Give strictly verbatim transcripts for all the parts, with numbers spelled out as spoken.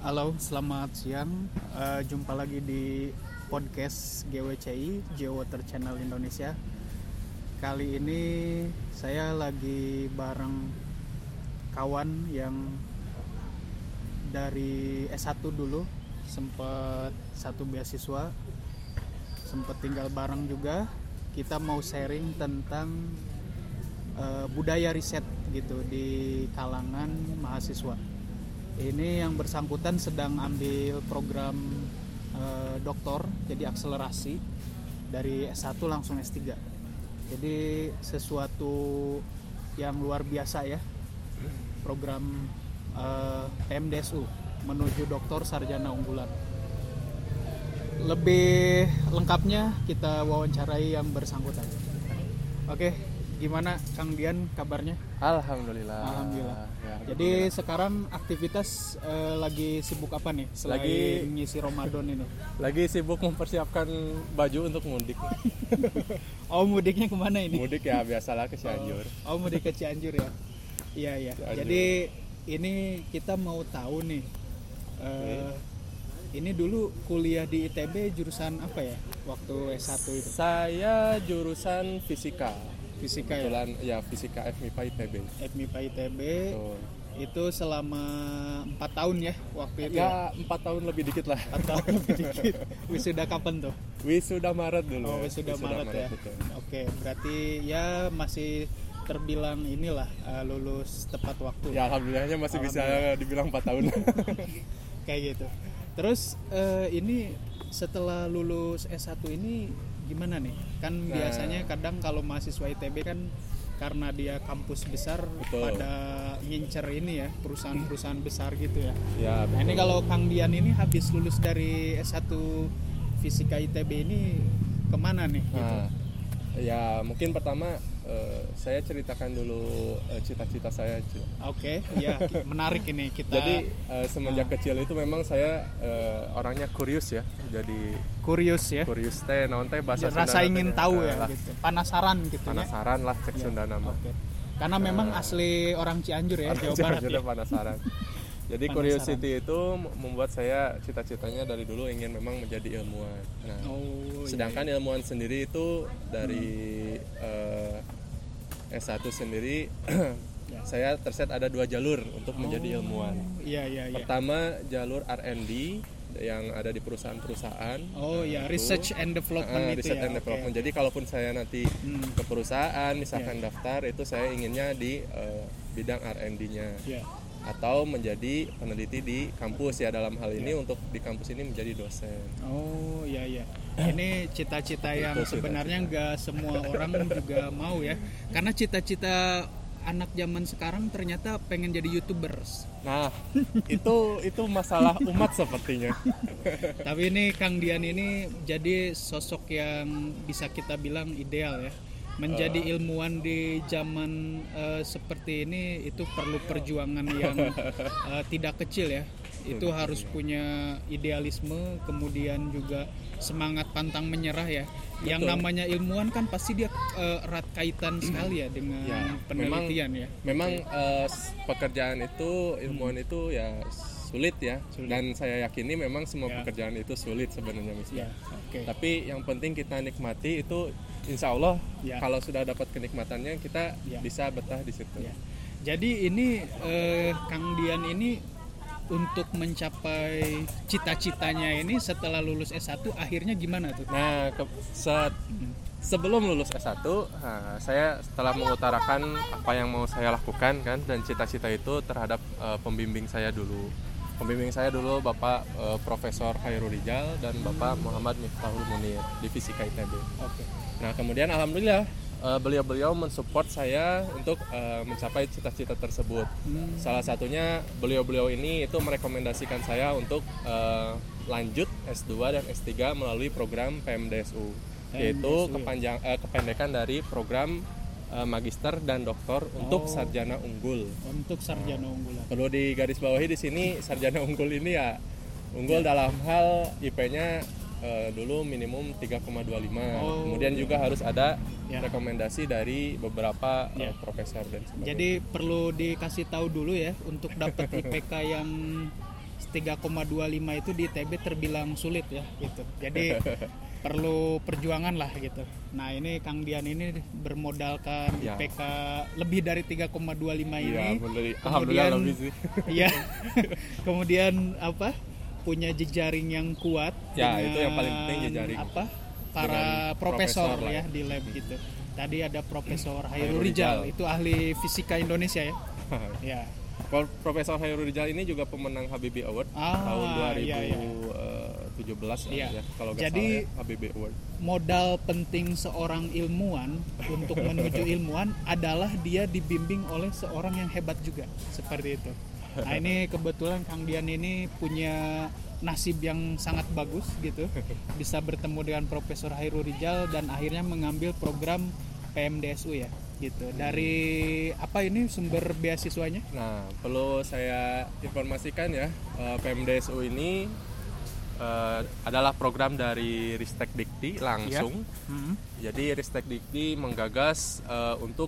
Halo, selamat siang. Uh, jumpa lagi di podcast G W C I, Geowater Channel Indonesia. Kali ini saya lagi bareng kawan yang dari S satu dulu, sempat satu beasiswa, sempat tinggal bareng juga. Kita mau sharing tentang uh, budaya riset gitu di kalangan mahasiswa. Ini yang bersangkutan sedang ambil program e, doktor, jadi akselerasi dari S satu langsung S tiga. Jadi sesuatu yang luar biasa ya, program e, P M D S U menuju doktor sarjana unggulan. Lebih lengkapnya kita wawancarai yang bersangkutan. Oke, gimana Kang Dian kabarnya? Alhamdulillah. Alhamdulillah. Ya, jadi sekarang aktivitas eh, lagi sibuk apa nih selain lagi ngisi Ramadan ini? Lagi sibuk mempersiapkan baju untuk mudik. Oh, mudiknya kemana ini? Mudik ya biasalah ke Cianjur. Oh, oh mudik ke Cianjur ya. Iya iya. Jadi ini kita mau tahu nih. Eh, okay. Ini dulu kuliah di I T B jurusan apa ya waktu S satu itu? Saya jurusan fisika. Fisika Kebetulan, ya? Ya fisika F M I P A I T B. F M I P A I T B. Betul. Itu selama empat tahun ya waktu itu. Ya empat tahun lebih dikit lah. empat tahun lebih dikit. Wisuda kapan tuh? Wisuda Maret dulu. Oh wisuda, wisuda Maret, Maret ya. Itu. Oke, berarti ya masih terbilang inilah uh, lulus tepat waktu. Ya alhamdulillahnya masih alhamdulillah. Bisa dibilang empat tahun. Kayak gitu. Terus uh, ini setelah lulus S satu ini gimana nih? Kan nah, biasanya kadang kalau mahasiswa I T B kan karena dia kampus besar, betul, pada ngincer ini ya, perusahaan-perusahaan besar gitu ya. Ya, nah, ini kalau Kang Dian ini habis lulus dari S satu Fisika I T B ini kemana nih gitu? Nah, ya mungkin pertama uh, saya ceritakan dulu uh, cita-cita saya. Oke, okay, ya menarik ini kita. Jadi uh, semenjak nah. kecil itu memang saya uh, orangnya kurius ya. Jadi kurius ya. Kurius teh naon teh bahasa Sunda. Rasa ingin ya. tahu ya, gitu. Penasaran gitu. Penasaran ya? lah cek ya. Sunda nama. Okay. Karena uh, memang asli orang Cianjur ya, Jawa Barat ya. Penasaran. Jadi curiosity itu membuat saya cita-citanya dari dulu ingin memang menjadi ilmuwan. Nah, oh, sedangkan iya. ilmuwan sendiri itu dari hmm. uh, S satu sendiri ya. Saya terset ada dua jalur untuk oh, menjadi ilmuwan. Iya, iya, iya. Pertama jalur R and D yang ada di perusahaan-perusahaan. Oh iya, research and development uh, itu research ya. and development. Okay. Jadi kalaupun saya nanti hmm. ke perusahaan misalkan yeah. daftar itu saya inginnya di uh, bidang R and D-nya. Yeah. Atau menjadi peneliti di kampus ya dalam hal ini ya. Untuk di kampus ini menjadi dosen. Oh iya iya. Ini cita-cita yang itu, sebenarnya nggak semua orang juga mau ya. Karena cita-cita anak zaman sekarang ternyata pengen jadi YouTubers. Nah itu itu masalah umat sepertinya. Tapi ini Kang Dian ini jadi sosok yang bisa kita bilang ideal ya. Menjadi ilmuwan di zaman uh, seperti ini itu perlu perjuangan yang uh, tidak kecil ya. Itu harus punya idealisme, kemudian juga semangat pantang menyerah ya. Betul. Yang namanya ilmuwan kan pasti dia uh, erat kaitan sekali ya dengan ya, penelitian memang, ya. Memang uh, pekerjaan itu ilmuwan hmm. itu ya sulit ya. Sulit. Dan saya yakini memang semua ya. Pekerjaan itu sulit sebenarnya misalnya. Ya, okay. Tapi yang penting kita nikmati itu. Insya Allah ya. Kalau sudah dapat kenikmatannya kita ya. Bisa betah di situ. Ya. Jadi ini eh, Kang Dian ini untuk mencapai cita-citanya ini setelah lulus S satu akhirnya gimana tuh? Nah, ke, set, hmm. sebelum lulus S satu nah, saya setelah mengutarakan apa yang mau saya lakukan kan dan cita-cita itu terhadap eh, pembimbing saya dulu. Pembimbing saya dulu Bapak uh, Profesor Khairul Rijal dan Bapak Muhammad Miftahul Munir di Fisika I T B. Oke. Nah kemudian alhamdulillah uh, beliau-beliau mensupport saya untuk uh, mencapai cita-cita tersebut. Hmm. Salah satunya beliau-beliau ini itu merekomendasikan saya untuk uh, lanjut S dua dan S tiga melalui program P M D S U, yaitu kepanjang, uh, kependekan dari program Magister dan doktor untuk oh. sarjana unggul. Untuk sarjana unggul. Perlu digarisbawahi di sini sarjana unggul ini ya unggul ya. Dalam hal I P-nya uh, dulu minimum tiga koma dua lima. Oh. Kemudian juga harus ada ya. Rekomendasi dari beberapa ya. uh, profesor dan sebagainya. Jadi perlu dikasih tahu dulu ya untuk dapat I P K yang tiga koma dua lima itu di I T B terbilang sulit ya gitu. Jadi perlu perjuangan lah gitu. Nah ini Kang Dian ini bermodalkan ya. I P K lebih dari tiga koma dua lima ini. Ya, kemudian lebih sih. Iya. Kemudian apa? Punya jejaring yang kuat. Ya dengan, itu yang paling penting jejaring. Apa? Para profesor, profesor ya di lab gitu. Tadi ada Profesor Hairul Rijal, itu ahli fisika Indonesia ya. Ya. Profesor Hairul Rijal ini juga pemenang Habibie Award ah, tahun dua ribu tujuh belas iya, iya. ya, kalau nggak Jadi, salah ya, Habibie Award. Modal penting seorang ilmuwan untuk menuju ilmuwan adalah dia dibimbing oleh seorang yang hebat juga, seperti itu. Nah ini kebetulan Kang Dian ini punya nasib yang sangat bagus gitu, bisa bertemu dengan Profesor Hairul Rijal dan akhirnya mengambil program P M D S U ya gitu. Dari apa ini sumber beasiswanya? Nah perlu saya informasikan ya, P M D S U ini uh, adalah program dari Ristek Dikti langsung. Ya. Mm-hmm. Jadi Ristek Dikti menggagas uh, untuk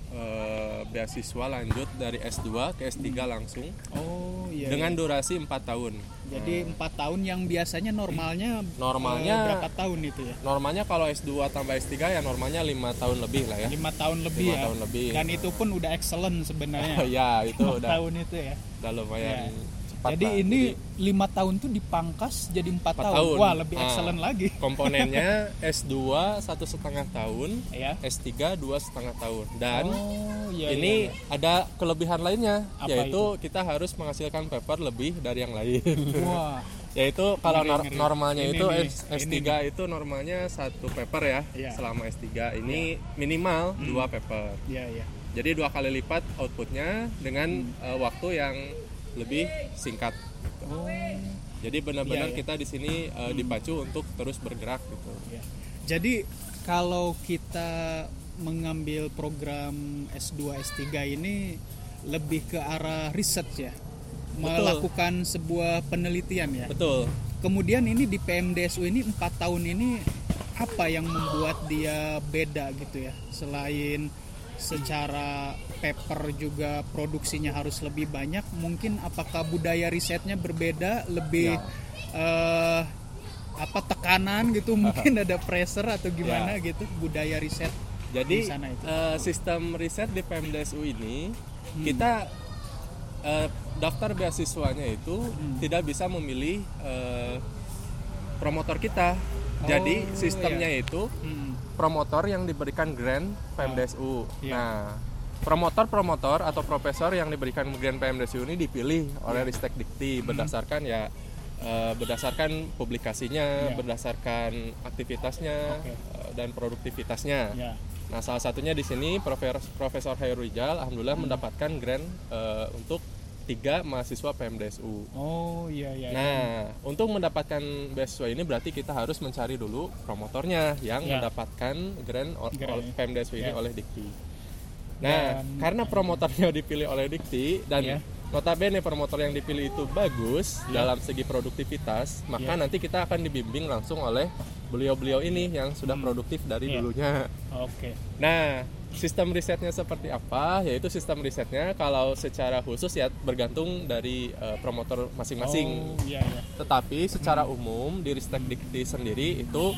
Uh, beasiswa lanjut dari S dua ke S tiga langsung. Oh iya. Dengan iya. durasi empat tahun. Jadi empat hmm. tahun yang biasanya normalnya normalnya uh, berapa tahun itu ya? Normalnya kalau S dua tambah S tiga ya normalnya lima tahun lebih lah ya. lima tahun lebih lima ya. tahun lebih. Dan itu pun udah excellent sebenarnya. Ya, itu lima udah. tahun itu ya. Udah lumayan. Ya. Jadi lah. Ini lima tahun tuh dipangkas jadi empat tahun. tahun. Wah lebih excellent ah, lagi. Komponennya S dua satu setengah tahun, ya. S tiga dua setengah tahun. Dan oh, iya, ini iya, iya. ada kelebihan lainnya, apa yaitu itu? Kita harus menghasilkan paper lebih dari yang lain. Wah. Yaitu kalau ngeri, ngeri. normalnya ini, itu ini, S tiga ini. Itu normalnya satu paper ya, ya. Selama S tiga ini ya. Minimal hmm. dua paper. Ya, ya. Jadi dua kali lipat outputnya dengan hmm. uh, waktu yang lebih singkat. Gitu. Oh. Jadi benar-benar ya, ya. kita di sini uh, hmm. dipacu untuk terus bergerak gitu. Ya. Jadi kalau kita mengambil program S dua S tiga ini lebih ke arah riset ya. Betul. Melakukan sebuah penelitian ya. Betul. Kemudian ini di P M D S U ini empat tahun ini apa yang membuat dia beda gitu ya? Selain secara paper juga produksinya harus lebih banyak, mungkin apakah budaya risetnya berbeda, lebih ya. uh, apa tekanan gitu, mungkin ada pressure atau gimana ya. Gitu budaya riset. Jadi di sana itu. Uh, sistem riset di P M D S U ini hmm. kita uh, daftar beasiswanya itu hmm. tidak bisa memilih uh, promotor kita. Oh, jadi sistemnya iya. itu hmm. promotor yang diberikan grant P M D S U. Iya. Nah, promotor-promotor atau profesor yang diberikan grant P M D S U ini dipilih oleh Ristek Dikti hmm. berdasarkan ya uh, berdasarkan publikasinya, iya. berdasarkan aktivitasnya okay. uh, dan produktivitasnya. Iya. Nah, salah satunya di sini Profesor Profesor Hairul Rijal alhamdulillah hmm. mendapatkan grant uh, untuk tiga mahasiswa P M D S U. Oh iya iya. Nah, iya. untuk mendapatkan beasiswa ini berarti kita harus mencari dulu promotornya yang ya. mendapatkan grant, grant P M D S U ini ya. oleh Dikti. Nah, dan, karena promotornya dipilih oleh Dikti dan ya. notabene promotor yang dipilih itu bagus ya. dalam segi produktivitas, maka ya. nanti kita akan dibimbing langsung oleh beliau-beliau ini yang sudah hmm. produktif dari ya. dulunya. Oke. Okay. Nah, sistem risetnya seperti apa? Yaitu sistem risetnya kalau secara khusus ya bergantung dari uh, promotor masing-masing. Oh, iya, iya. Tetapi secara hmm. umum di Ristek Dikti sendiri itu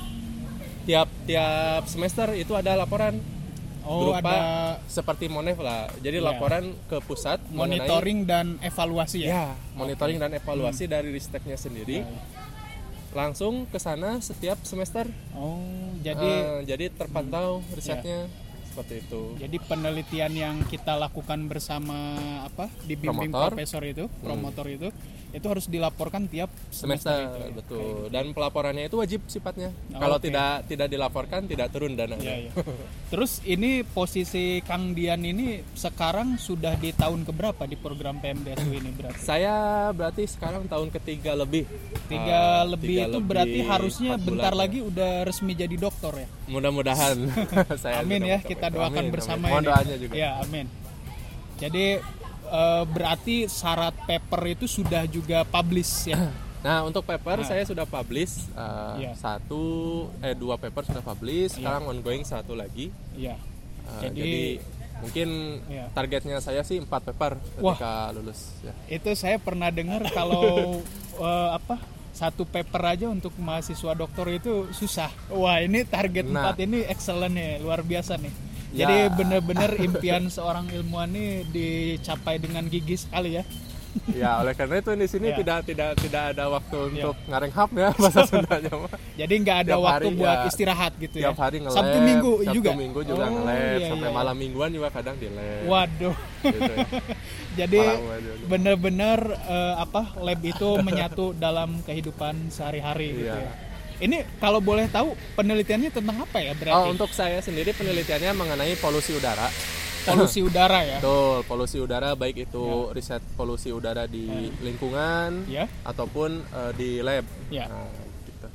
tiap-tiap semester itu ada laporan. Oh, berupa ada seperti Monef lah. Jadi ya. laporan ke pusat monitoring mengenai, dan evaluasi ya. Ya, monitoring okay. dan evaluasi hmm. dari Risteknya sendiri. Ya, ya. Langsung ke sana setiap semester. Oh, jadi uh, jadi terpantau hmm. risetnya. Ya. Seperti itu. Jadi penelitian yang kita lakukan bersama apa dibimbing promotor. profesor itu, promotor hmm. itu, itu harus dilaporkan tiap semester, semester itu. Betul. Gitu. Dan pelaporannya itu wajib sifatnya. Oh, Kalau okay. tidak tidak dilaporkan tidak turun dananya. Ya, ya. Terus ini posisi Kang Dian ini sekarang sudah di tahun keberapa di program P M D S U ini berarti? Saya berarti sekarang tahun ketiga lebih. Tiga uh, lebih tiga itu lebih berarti harusnya bentar lagi ya. udah resmi jadi doktor ya. Mudah-mudahan. Saya amin ya, kita doakan amin, bersama amin. ini. Doanya juga. Ya, amin. Jadi uh, berarti syarat paper itu sudah juga publish ya. Nah, untuk paper nah. saya sudah publish uh, ya. satu eh dua paper sudah publish, sekarang ya. ongoing satu lagi. Iya. Uh, jadi, jadi mungkin ya. targetnya saya sih empat paper ketika Wah, lulus ya. Itu saya pernah dengar kalau uh, apa satu paper aja untuk mahasiswa doktor itu susah. Wah, ini target nah. empat ini excellent nih, luar biasa nih. Ya. Jadi benar-benar impian seorang ilmuwan ini dicapai dengan gigi sekali ya. Ya, oleh karena itu di sini ya. tidak tidak tidak ada waktu untuk ya. ngarenghap ya bahasa Sundanya mah. Jadi nggak ada tiap waktu hari, buat ya, istirahat gitu ya. Tiap hari nge-lab, Sabtu Minggu Sabtu juga. Minggu juga oh, nge-lab, iya, sampai iya. malam mingguan juga kadang di lab. Waduh. Gitu ya. Jadi benar-benar uh, apa lab itu menyatu dalam kehidupan sehari-hari gitu ya. ya. Ini kalau boleh tahu penelitiannya tentang apa ya berarti? Oh, untuk saya sendiri penelitiannya mengenai polusi udara. Polusi udara ya? Betul, polusi udara baik itu ya. riset polusi udara di ya. lingkungan ya. ataupun uh, di lab. Ya. Nah, gitu.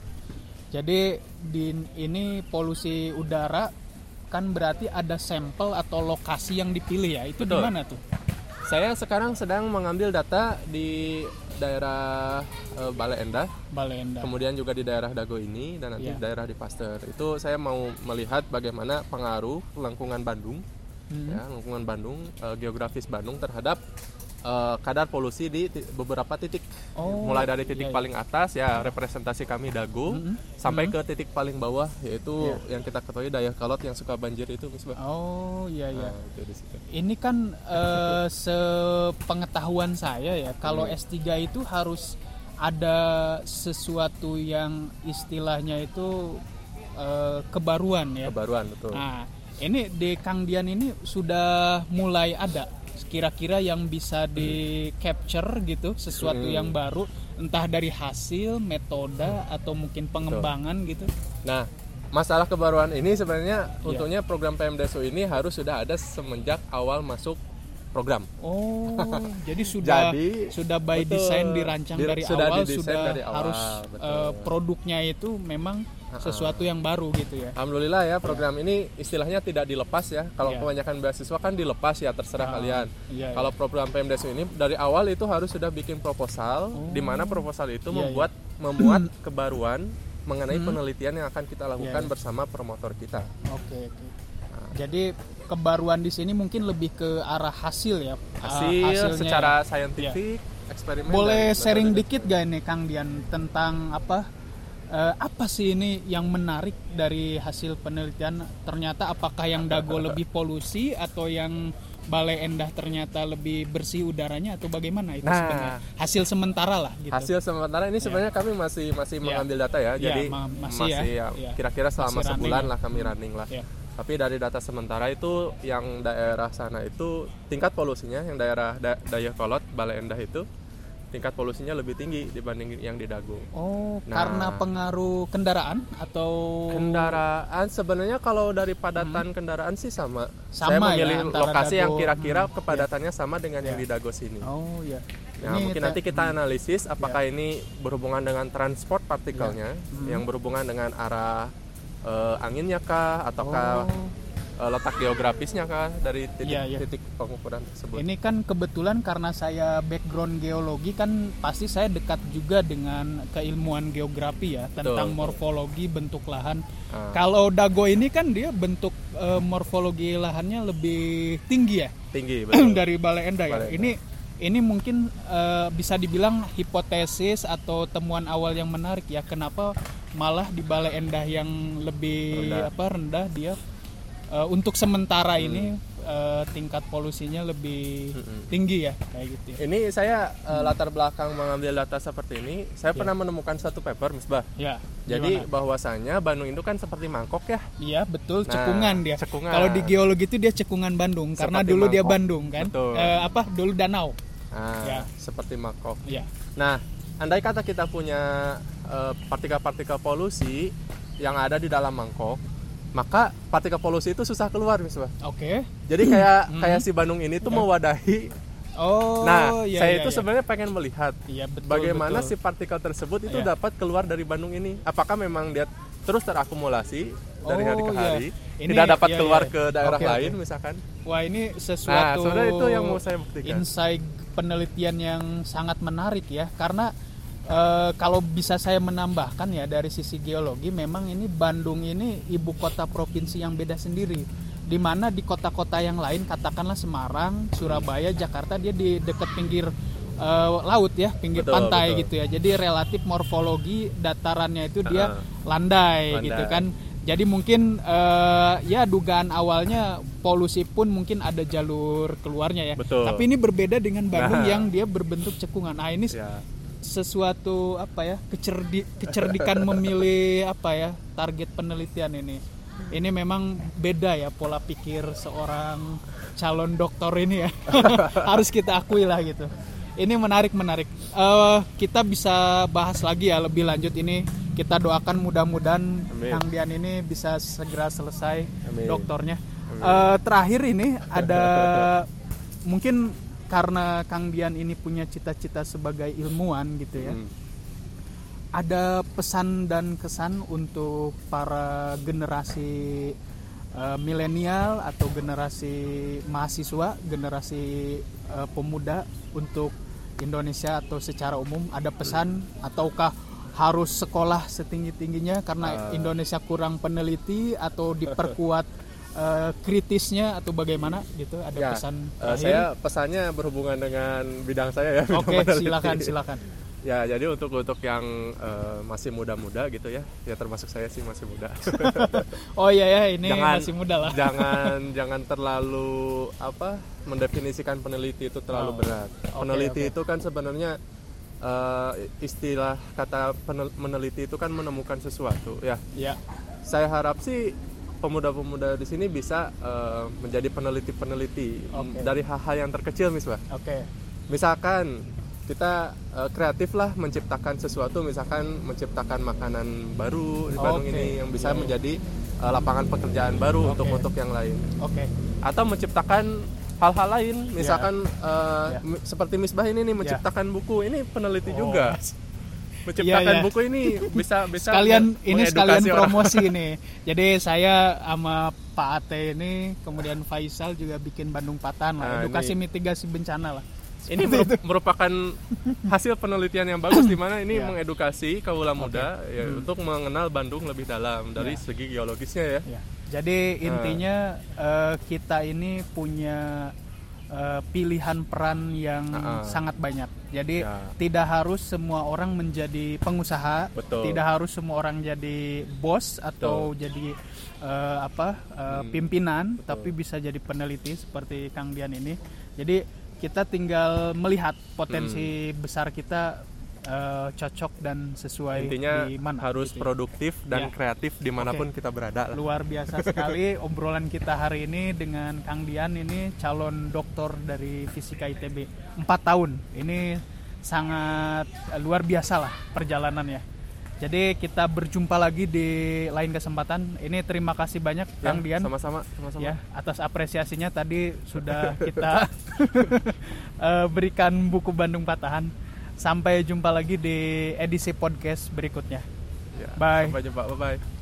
Jadi di ini polusi udara kan berarti ada sampel atau lokasi yang dipilih ya? Itu di mana tuh? Saya sekarang sedang mengambil data di daerah uh, Bale Endah, Bale Endah, kemudian juga di daerah Dago ini dan nanti ya. daerah di Pasteur. Itu saya mau melihat bagaimana pengaruh lingkungan Bandung. Hmm. Ya, lingkungan Bandung, uh, geografis Bandung terhadap uh, kadar polusi di t- beberapa titik, oh, mulai dari titik iya, iya. paling atas ya representasi kami Dago, mm-hmm. sampai mm-hmm. ke titik paling bawah yaitu yeah. yang kita ketahui Dayakolot yang suka banjir itu, Misbah. Oh iya iya. Nah, itu di situ. Ini kan uh, sepengetahuan saya ya, kalau hmm. S tiga itu harus ada sesuatu yang istilahnya itu uh, kebaruan ya. Kebaruan betul. Nah, ini di Kang Dian ini sudah mulai ada kira-kira yang bisa di capture gitu sesuatu hmm. yang baru entah dari hasil, metode atau mungkin pengembangan Betul. gitu. Nah, masalah kebaruan ini sebenarnya yeah. untungnya program P M D S U ini harus sudah ada semenjak awal masuk program. Oh, jadi sudah jadi, sudah by betul, design dirancang di, dari sudah awal sudah dari awal, harus uh, produknya itu memang sesuatu yang baru gitu ya. Alhamdulillah ya program ya. ini istilahnya tidak dilepas ya. Kalau ya. kebanyakan beasiswa kan dilepas ya terserah oh, kalian. Ya, Kalau ya. program P M D S U ini dari awal itu harus sudah bikin proposal, oh. di mana proposal itu ya, membuat ya. memuat kebaruan mengenai hmm. penelitian yang akan kita lakukan ya, ya. bersama promotor kita. Oke. oke. Nah. Jadi kebaruan di sini mungkin lebih ke arah hasil ya. Hasil secara saintifik, ya. eksperimen. Boleh sharing dikit gak nih Kang Dian tentang apa? Uh, apa sih ini yang menarik dari hasil penelitian? Ternyata apakah yang Dago lebih polusi atau yang Bale Endah ternyata lebih bersih udaranya atau bagaimana itu nah, sebenarnya? Hasil sementara lah gitu. Hasil sementara ini sebenarnya ya. kami masih masih ya. mengambil data ya. Jadi ya, ma- masih, masih ya. ya kira-kira selama masih sebulan running, lah kami running lah. Ya. Tapi dari data sementara itu yang daerah sana itu tingkat polusinya yang daerah da- Dayakolot, Bale Endah itu tingkat polusinya lebih tinggi dibanding yang di Dago. Oh, nah, karena pengaruh kendaraan atau kendaraan sebenarnya kalau dari padatan hmm. kendaraan sih sama. sama Saya memilih ya, lokasi Dago, yang kira-kira hmm, kepadatannya ya. sama dengan ya. yang di Dago sini. Oh iya. Nah, ini mungkin te- nanti kita analisis apakah ya. ini berhubungan dengan transport partikelnya ya. hmm. yang berhubungan dengan arah uh, anginnya kah ataukah oh. letak geografisnya kah dari titik, ya, ya. titik pengukuran tersebut. Ini kan kebetulan karena saya background geologi kan pasti saya dekat juga dengan keilmuan geografi ya tentang Betul. morfologi bentuk lahan. Ah. Kalau Dago ini kan dia bentuk uh, morfologi lahannya lebih tinggi ya. Tinggi betul. dari Bale Endah ya. Ini ini mungkin uh, bisa dibilang hipotesis atau temuan awal yang menarik ya. Kenapa malah di Bale Endah yang lebih rendah. apa rendah dia Uh, untuk sementara hmm. ini uh, tingkat polusinya lebih hmm. tinggi ya kayak gitu. Ya. Ini saya uh, latar belakang mengambil data seperti ini. Saya yeah. pernah menemukan satu paper, Misbah. Ya. Jadi gimana? Bahwasanya Bandung itu kan seperti mangkok ya. Iya betul, nah, cekungan dia. Cekungan. Kalau di geologi itu dia cekungan Bandung seperti karena dulu mangkok. Dia Bandung kan. Uh, apa dulu danau. Nah, ya. Seperti mangkok. Ya. Nah, andai kata kita punya uh, partikel-partikel polusi yang ada di dalam mangkok, maka partikel polusi itu susah keluar, Misbah. Oke. Okay. Jadi kayak hmm. kayak si Bandung ini tuh yeah. mewadahi. Oh. Nah, iya, saya iya, itu iya. sebenarnya pengen melihat iya, betul, bagaimana betul. si partikel tersebut itu yeah. dapat keluar dari Bandung ini. Apakah memang dia terus terakumulasi oh, dari hari ke hari, iya. ini, tidak dapat iya, keluar iya. ke daerah okay, lain, okay. misalkan. Wah, ini sesuatu. Nah, sebenarnya itu yang mau saya buktikan. Insight penelitian yang sangat menarik ya, karena Uh, kalau bisa saya menambahkan ya dari sisi geologi, memang ini Bandung ini ibu kota provinsi yang beda sendiri. Di mana di kota-kota yang lain, katakanlah Semarang, Surabaya, Jakarta, dia di dekat pinggir uh, laut ya, pinggir betul, pantai betul. gitu ya. Jadi relatif morfologi datarannya itu dia uh, landai, landai gitu kan. Jadi mungkin uh, ya dugaan awalnya polusi pun mungkin ada jalur keluarnya ya. Betul. Tapi ini berbeda dengan Bandung nah. yang dia berbentuk cekungan. Nah ini ya. sesuatu apa ya kecerdi, kecerdikan memilih apa ya target penelitian ini. Ini memang beda ya pola pikir seorang calon doktor ini ya. Harus kita akui lah gitu. Ini menarik menarik. Uh, kita bisa bahas lagi ya lebih lanjut ini. Kita doakan mudah-mudahan Amin. Kang Dian ini bisa segera selesai Amin. doktornya. Amin. Uh, terakhir ini ada mungkin karena Kang Dian ini punya cita-cita sebagai ilmuwan gitu ya. Hmm. Ada pesan dan kesan untuk para generasi uh, milenial atau generasi mahasiswa, generasi uh, pemuda untuk Indonesia atau secara umum, ada pesan hmm. ataukah harus sekolah setinggi-tingginya karena uh, Indonesia kurang peneliti atau diperkuat uh, kritisnya atau bagaimana gitu, ada ya, pesan uh, saya pesannya berhubungan dengan bidang saya ya. Oke, okay, silakan silakan. Ya, jadi untuk untuk yang uh, masih muda-muda gitu ya, ya termasuk saya sih masih muda. Oh iya ya, ini jangan, masih muda lah. Jangan jangan terlalu apa mendefinisikan peneliti itu terlalu oh. berat. Peneliti okay, okay. itu kan sebenarnya Uh, istilah kata meneliti itu kan menemukan sesuatu ya. Ya. Saya harap sih pemuda-pemuda di sini bisa uh, menjadi peneliti-peneliti okay. dari hal-hal yang terkecil, Misbah. Oke. Okay. Misalkan kita uh, kreatif lah menciptakan sesuatu, misalkan menciptakan makanan baru di Bandung okay. ini yang bisa yeah. menjadi uh, lapangan pekerjaan baru okay. untuk untuk yang lain. Oke. Okay. Atau menciptakan hal-hal lain, misalkan yeah. Uh, yeah. seperti Misbah ini nih menciptakan yeah. buku, ini peneliti oh. juga. Menciptakan yeah, yeah. buku ini bisa bisa sekalian ini sekalian promosi ini. Jadi saya sama Pak Ate ini, kemudian Faisal juga bikin Bandung Patahan lah, nah, edukasi ini. Mitigasi bencana lah. Ini merupakan hasil penelitian yang bagus di mana ini yeah. mengedukasi kaula muda okay. ya, hmm. untuk mengenal Bandung lebih dalam dari yeah. segi geologisnya ya. Yeah. Jadi intinya uh, kita ini punya uh, pilihan peran yang uh-uh. sangat banyak. Jadi ya. tidak harus semua orang menjadi pengusaha, Betul. tidak harus semua orang jadi bos atau Betul. jadi uh, apa uh, hmm. pimpinan, Betul. tapi bisa jadi peneliti seperti Kang Dian ini. Jadi kita tinggal melihat potensi hmm. besar kita. Uh, cocok dan sesuai intinya di mana harus gitu. Produktif dan ya. kreatif dimanapun okay. kita berada lah. Luar biasa sekali obrolan kita hari ini dengan Kang Dian ini calon doktor dari Fisika I T B empat tahun. Ini sangat luar biasa lah perjalanannya. Jadi kita berjumpa lagi di lain kesempatan. Ini terima kasih banyak ya, Kang Dian. Sama-sama, sama-sama. Ya, atas apresiasinya tadi sudah kita uh, berikan buku Bandung Patahan. Sampai jumpa lagi di edisi podcast berikutnya. Ya, bye. Sampai jumpa. Bye bye.